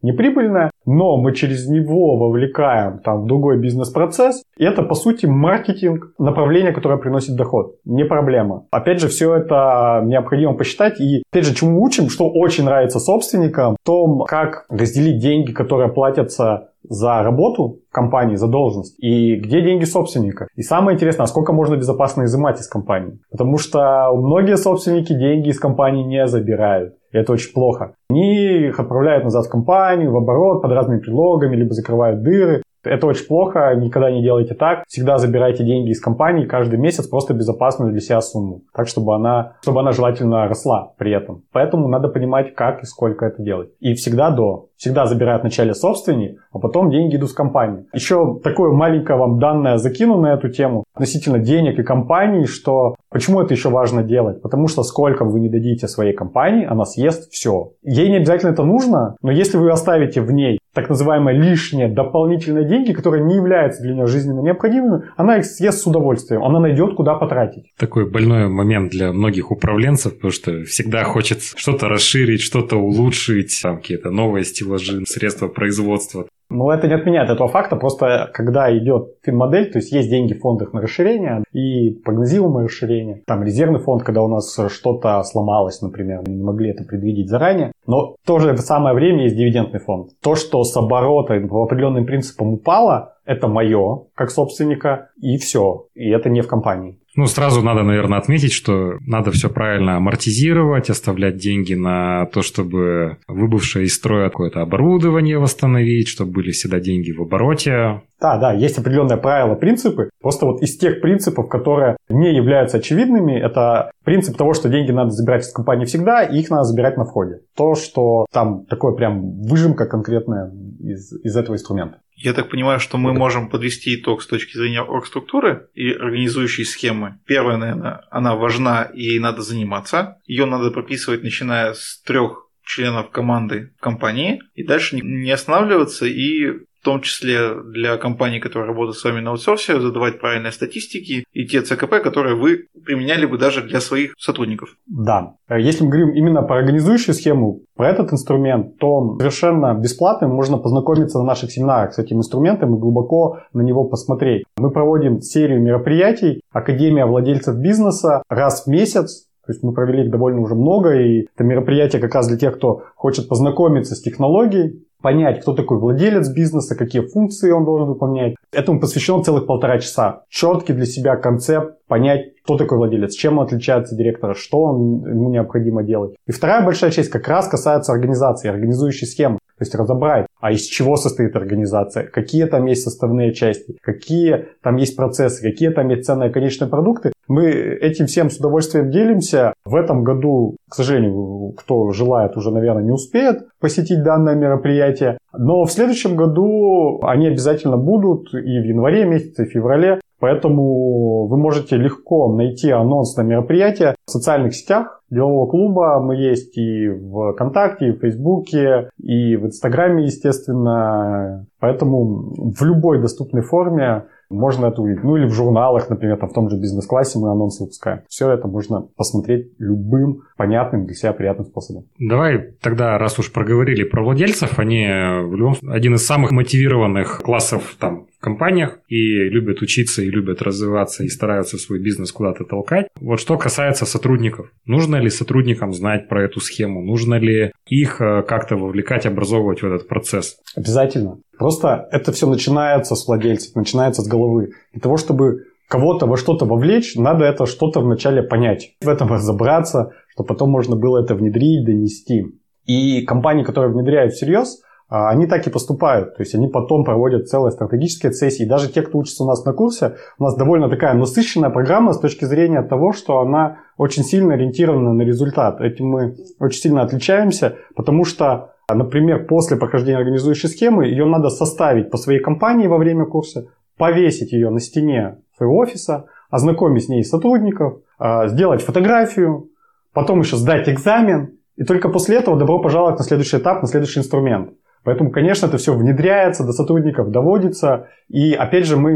неприбыльное, но мы через него вовлекаем там в другой бизнес-процесс. И это, по сути, маркетинг, направление, которое приносит доход. Не проблема. Опять же, все это необходимо посчитать. И, опять же, чему учим, что очень нравится собственникам, в том, как разделить деньги, которые платятся за работу в компании, за должность, и где деньги собственника. И самое интересное, а сколько можно безопасно изымать из компании. Потому что многие собственники деньги из компании не забирают. И это очень плохо. Они их отправляют назад в компанию, в оборот, под разными предлогами, либо закрывают дыры. Это очень плохо, никогда не делайте так. Всегда забирайте деньги из компании каждый месяц, просто безопасную для себя сумму. Так, чтобы она желательно росла при этом. Поэтому надо понимать, как и сколько это делать. И всегда забирают вначале собственник, а потом деньги идут в компанию. Еще такое маленькое вам данное закину на эту тему относительно денег и компаний, что почему это еще важно делать? Потому что сколько вы не дадите своей компании, она съест все. Ей не обязательно это нужно, но если вы оставите в ней так называемые лишние дополнительные деньги, которые не являются для нее жизненно необходимыми, она их съест с удовольствием. Она найдет, куда потратить. Такой больной момент для многих управленцев, потому что всегда хочется что-то расширить, что-то улучшить, там какие-то новые стеллажи, средства производства. Но это не отменяет этого факта, просто когда идет финмодель, то есть деньги в фондах на расширение и прогнозируемое расширение. Там резервный фонд, когда у нас что-то сломалось, например, мы не могли это предвидеть заранее. Но в то же самое время есть дивидендный фонд. То, что с оборота по определенным принципам упало, это мое, как собственника, и все. И это не в компании. Сразу надо, наверное, отметить, что надо все правильно амортизировать, оставлять деньги на то, чтобы выбывшее из строя какое-то оборудование восстановить, чтобы были всегда деньги в обороте. Да, есть определенные правила, принципы. Просто вот из тех принципов, которые не являются очевидными, это принцип того, что деньги надо забирать из компании всегда, и их надо забирать на входе. То, что там такое прям выжимка конкретная из этого инструмента. Я так понимаю, что мы можем подвести итог с точки зрения оргструктуры и организующей схемы. Первая, наверное, она важна и ей надо заниматься. Ее надо прописывать, начиная с 3 членов команды в компании, и дальше не останавливаться, и в том числе для компаний, которые работают с вами на аутсорсе, задавать правильные статистики и те ЦКП, которые вы применяли бы даже для своих сотрудников. Да. Если мы говорим именно про организующую схему, про этот инструмент, то совершенно бесплатно можно познакомиться на наших семинарах с этим инструментом и глубоко на него посмотреть. Мы проводим серию мероприятий «Академия владельцев бизнеса» раз в месяц. То есть мы провели их довольно уже много, и это мероприятие как раз для тех, кто хочет познакомиться с технологией, понять, кто такой владелец бизнеса, какие функции он должен выполнять. Этому посвящено целых 1,5 часа. Четкий для себя концепт, понять, кто такой владелец, чем он отличается от директора, что ему необходимо делать. И вторая большая часть как раз касается организации, организующей схемы. То есть разобрать, а из чего состоит организация, какие там есть составные части, какие там есть процессы, какие там есть ценные конечные продукты. Мы этим всем с удовольствием делимся. В этом году, к сожалению, кто желает, уже, наверное, не успеет посетить данное мероприятие. Но в следующем году они обязательно будут и в январе месяце, и в феврале. Поэтому вы можете легко найти анонс на мероприятие в социальных сетях делового клуба. Мы есть и в ВКонтакте, и в Фейсбуке, и в Инстаграме, естественно. Поэтому в любой доступной форме можно это увидеть. Или в журналах, например, в том же бизнес-классе мы анонсы выпускаем. Все это можно посмотреть любым понятным для себя приятным способом. Давай тогда, раз уж проговорили про владельцев, они один из самых мотивированных классов в компаниях и любят учиться, и любят развиваться, и стараются свой бизнес куда-то толкать. Вот что касается сотрудников. Нужно ли сотрудникам знать про эту схему? Нужно ли их как-то вовлекать, образовывать в этот процесс? Обязательно. Просто это все начинается с владельцев, начинается с головы. Для того, чтобы кого-то во что-то вовлечь, надо это что-то вначале понять. В этом разобраться, чтобы потом можно было это внедрить, донести. И компании, которые внедряют всерьез, они так и поступают. То есть они потом проводят целые стратегические сессии. И даже те, кто учится у нас на курсе, у нас довольно такая насыщенная программа с точки зрения того, что она очень сильно ориентирована на результат. Этим мы очень сильно отличаемся, потому что, например, после прохождения организующей схемы ее надо составить по своей компании во время курса, повесить ее на стене своего офиса, ознакомить с ней сотрудников, сделать фотографию, потом еще сдать экзамен. И только после этого добро пожаловать на следующий этап, на следующий инструмент. Поэтому, конечно, это все внедряется, до сотрудников доводится. И опять же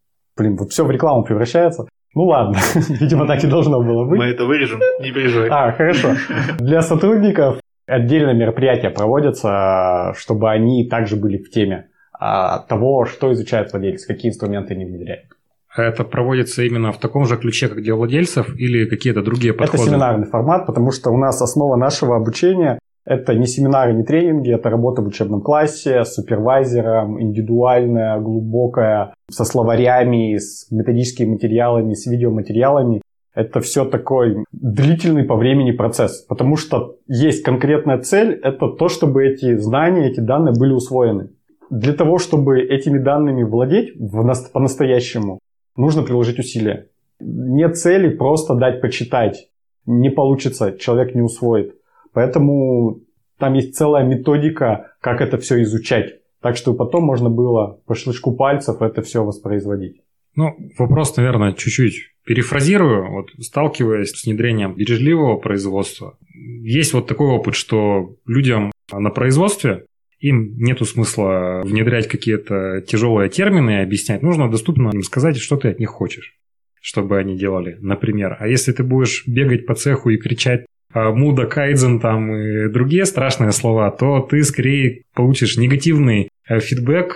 все в рекламу превращается. Ну ладно, видимо, так и должно было быть. Мы это вырежем, не переживай. Хорошо. Для сотрудников отдельные мероприятия проводятся, чтобы они также были в теме того, что изучает владелец, какие инструменты они внедряют. Это проводится именно в таком же ключе, как для владельцев, или какие-то другие подходы? Это семинарный формат, потому что у нас основа нашего обучения – это не семинары, не тренинги, это работа в учебном классе с супервайзером, индивидуальная, глубокая, со словарями, с методическими материалами, с видеоматериалами. Это все такой длительный по времени процесс, потому что есть конкретная цель – это то, чтобы эти знания, эти данные были усвоены. Для того, чтобы этими данными владеть по-настоящему, нужно приложить усилия. Нет цели просто дать почитать. Не получится, человек не усвоит. Поэтому там есть целая методика, как это все изучать. Так что потом можно было по щелчку пальцев это все воспроизводить. Ну, вопрос, наверное, чуть-чуть перефразирую. Вот, сталкиваясь с внедрением бережливого производства, есть вот такой опыт, что людям на производстве им нету смысла внедрять какие-то тяжелые термины и объяснять. Нужно доступно им сказать, что ты от них хочешь, чтобы они делали, например. А если ты будешь бегать по цеху и кричать «муда», «кайдзен» там и другие страшные слова, то ты скорее получишь негативный фидбэк.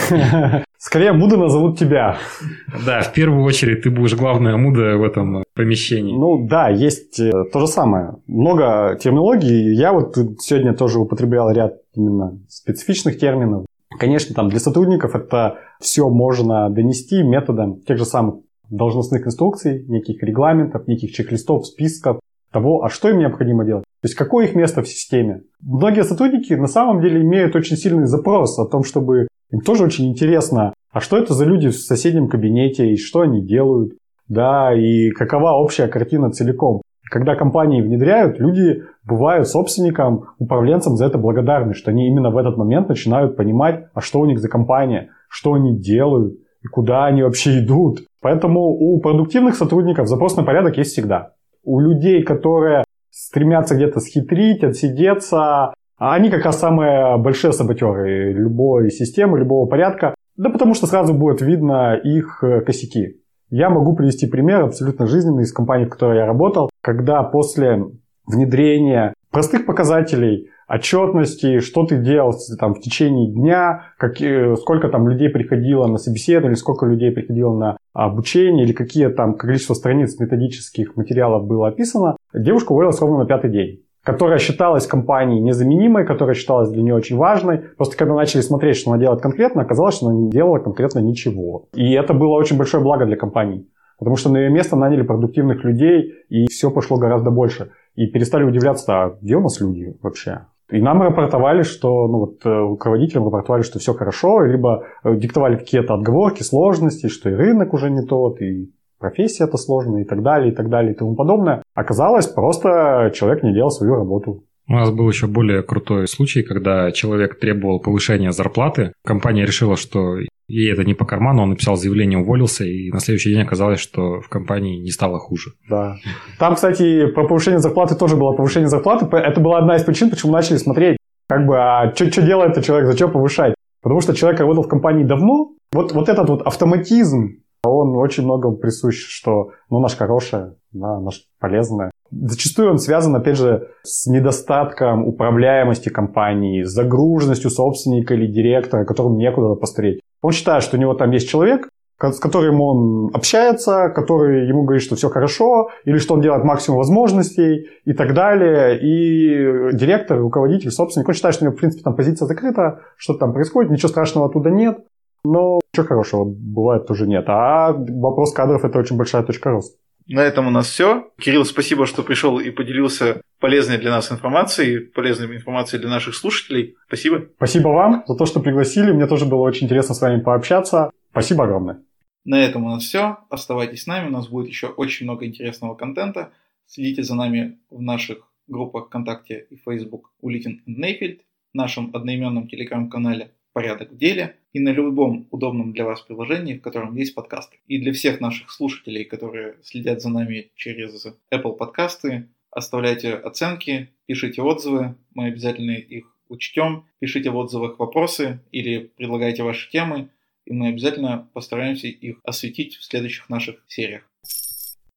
Скорее Муда назовут тебя. Да, в первую очередь ты будешь главная Муда в этом помещении. Ну да, есть то же самое. Много терминологий. Я вот сегодня тоже употреблял ряд именно специфичных терминов. Конечно, там для сотрудников это все можно донести методом тех же самых должностных инструкций, неких регламентов, неких чек-листов, списков того, а что им необходимо делать. То есть, какое их место в системе. Многие сотрудники на самом деле имеют очень сильный запрос о том, чтобы им тоже очень интересно, а что это за люди в соседнем кабинете, и что они делают, да, и какова общая картина целиком. Когда компании внедряют, люди бывают собственникам, управленцам за это благодарны, что они именно в этот момент начинают понимать, а что у них за компания, что они делают, и куда они вообще идут. Поэтому у продуктивных сотрудников запрос на порядок есть всегда. У людей, которые стремятся где-то схитрить, отсидеться, они как раз самые большие саботеры любой системы, любого порядка. Да потому что сразу будет видно их косяки. Я могу привести пример абсолютно жизненный из компании, в которой я работал, когда после внедрения простых показателей, отчетности, что ты делал там, в течение дня, сколько там людей приходило на собеседование, сколько людей приходило на обучение, или какие там количество страниц методических материалов было описано, девушка уволилась ровно на 5-й день, которая считалась компанией незаменимой, которая считалась для нее очень важной. Просто когда начали смотреть, что она делает конкретно, оказалось, что она не делала конкретно ничего. И это было очень большое благо для компании. Потому что на ее место наняли продуктивных людей, и все пошло гораздо больше. И перестали удивляться, а где у нас люди вообще? И нам рапортовали, что руководителям рапортовали, что все хорошо, либо диктовали какие-то отговорки, сложности, что и рынок уже не тот, и профессия это сложная, и так далее, и так далее, и тому подобное. Оказалось, просто человек не делал свою работу. У нас был еще более крутой случай, когда человек требовал повышения зарплаты. Компания решила, что ей это не по карману, он написал заявление, уволился, и на следующий день оказалось, что в компании не стало хуже. Да. Там, кстати, про повышение зарплаты тоже было повышение зарплаты. Это была одна из причин, почему начали смотреть, а что делает этот человек, зачем повышать. Потому что человек работал в компании давно. Вот этот вот автоматизм, он очень многому присущ, что наше хорошее, да, наше полезное. Зачастую он связан, опять же, с недостатком управляемости компании, с загруженностью собственника или директора, которому некуда посмотреть. Он считает, что у него там есть человек, с которым он общается, который ему говорит, что все хорошо, или что он делает максимум возможностей и так далее. И директор, руководитель, собственник, он считает, что у него, в принципе, там позиция закрыта, что-то там происходит, ничего страшного оттуда нет. Но ничего хорошего бывает тоже нет. А вопрос кадров – это очень большая точка роста. На этом у нас все. Кирилл, спасибо, что пришел и поделился полезной для нас информацией, полезной информацией для наших слушателей. Спасибо. Спасибо вам за то, что пригласили. Мне тоже было очень интересно с вами пообщаться. Спасибо огромное. На этом у нас все. Оставайтесь с нами. У нас будет еще очень много интересного контента. Следите за нами в наших группах ВКонтакте и Facebook Улитин и Нейфельд, в нашем одноименном телеграм-канале «Порядок в деле» и на любом удобном для вас приложении, в котором есть подкасты. И для всех наших слушателей, которые следят за нами через Apple подкасты, оставляйте оценки, пишите отзывы, мы обязательно их учтем. Пишите в отзывах вопросы или предлагайте ваши темы, и мы обязательно постараемся их осветить в следующих наших сериях.